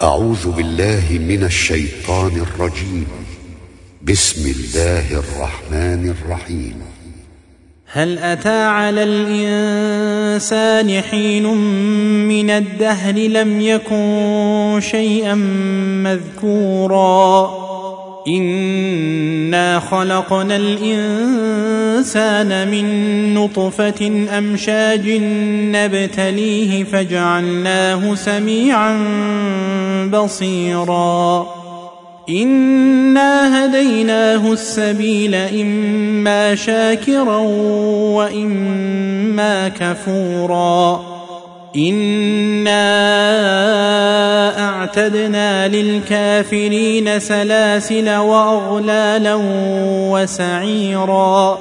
أعوذ بالله من الشيطان الرجيم. بسم الله الرحمن الرحيم. هل أتى على الإنسان حين من الدهر لم يكن شيئا مذكورا إنا خلقنا الإنسان من نطفة أمشاج نبتليه فجعلناه سميعا بصيرا إنا هديناه السبيل إما شاكرا وإما كفورا إنا أعتدنا للكافرين سلاسل وأغلالا وسعيرا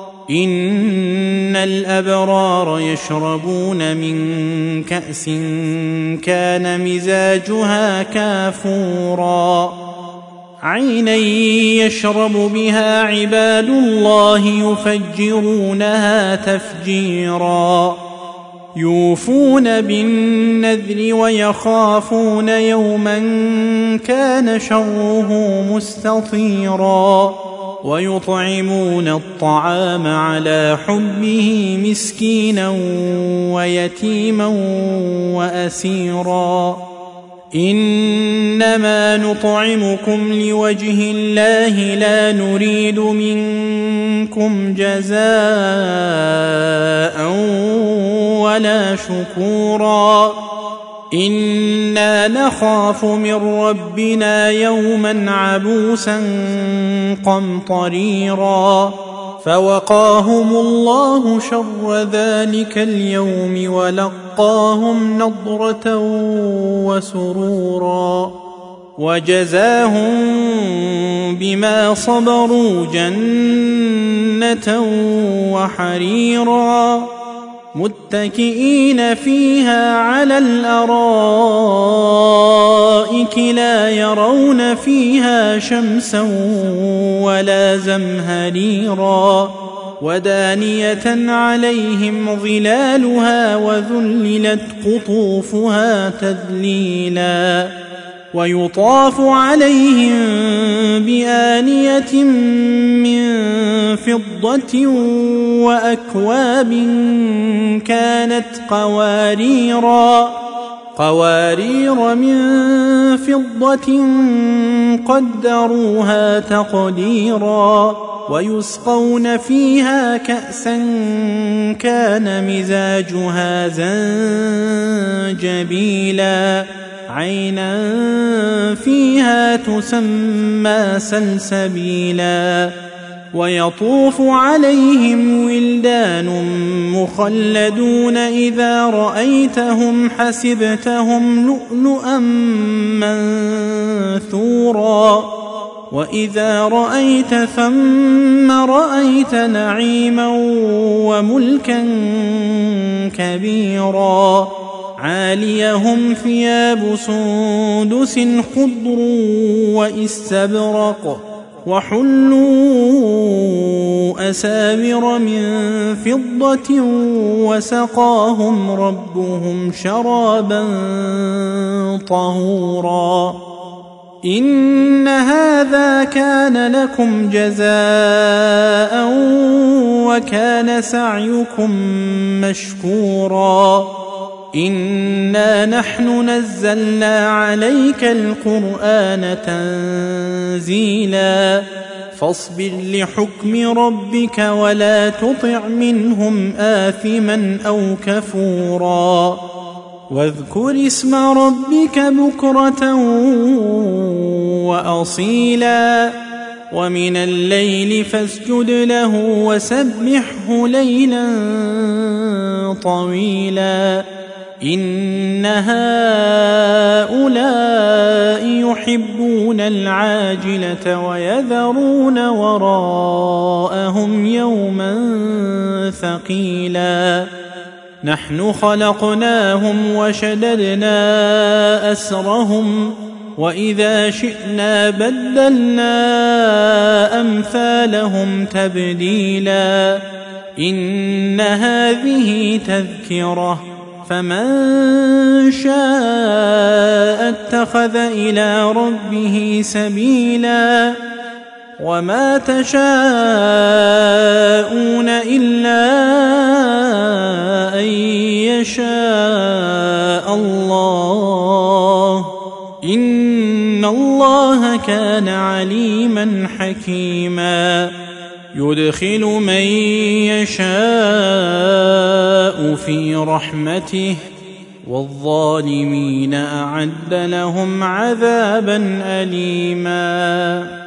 إن الأبرار يشربون من كأس كان مزاجها كافورا عينا يشرب بها عباد الله يفجرونها تفجيرا يوفون بالنذر ويخافون يوما كان شره مستطيرا ويطعمون الطعام على حبه مسكينا ويتيما وأسيرا إنما نطعمكم لوجه الله لا نريد منكم جزاء ولا شكورا إنا نخاف من ربنا يوما عبوسا قمطريرا فوقاهم الله شر ذلك اليوم ولقاهم نضرة وسرورا وجزاهم بما صبروا جنة وحريرا متكئين فيها على الأرائك لا يرون فيها شمسا ولا زمهريرا ودانية عليهم ظلالها وذللت قطوفها تذليلا ويطاف عليهم بآنية من فضة وأكواب كانت قوارير من فضة قدروها تقديرا ويسقون فيها كأسا كان مزاجها زنجبيلا عينا فيها تسمى سلسبيلا ويطوف عليهم ولدان مخلدون إذا رأيتهم حسبتهم لؤلؤا منثورا وإذا رأيت ثم رأيت نعيما وملكا كبيرا عاليهم ثياب سندس خضر واستبرق وحلوا أساور من فضة وسقاهم ربهم شرابا طهورا إن هذا كان لكم جزاء وكان سعيكم مشكورا إنا نحن نزلنا عليك القرآن تنزيلا فاصبر لحكم ربك ولا تطع منهم آثما أو كفورا واذكر اسم ربك بكرة وأصيلا ومن الليل فاسجد له وسبحه ليلا طويلا إن هؤلاء يحبون العاجلة ويذرون وراءهم يوما ثقيلا نحن خلقناهم وشددنا أسرهم وإذا شئنا بدلنا أمثالهم تبديلا إن هذه تذكرة فمن شاء اتخذ إلى ربه سبيلا وما تشاءون إلا أن يشاء الله إن الله كان عليما حكيما يدخل من يشاء في رحمته والظالمين أعد لهم عذابا أليما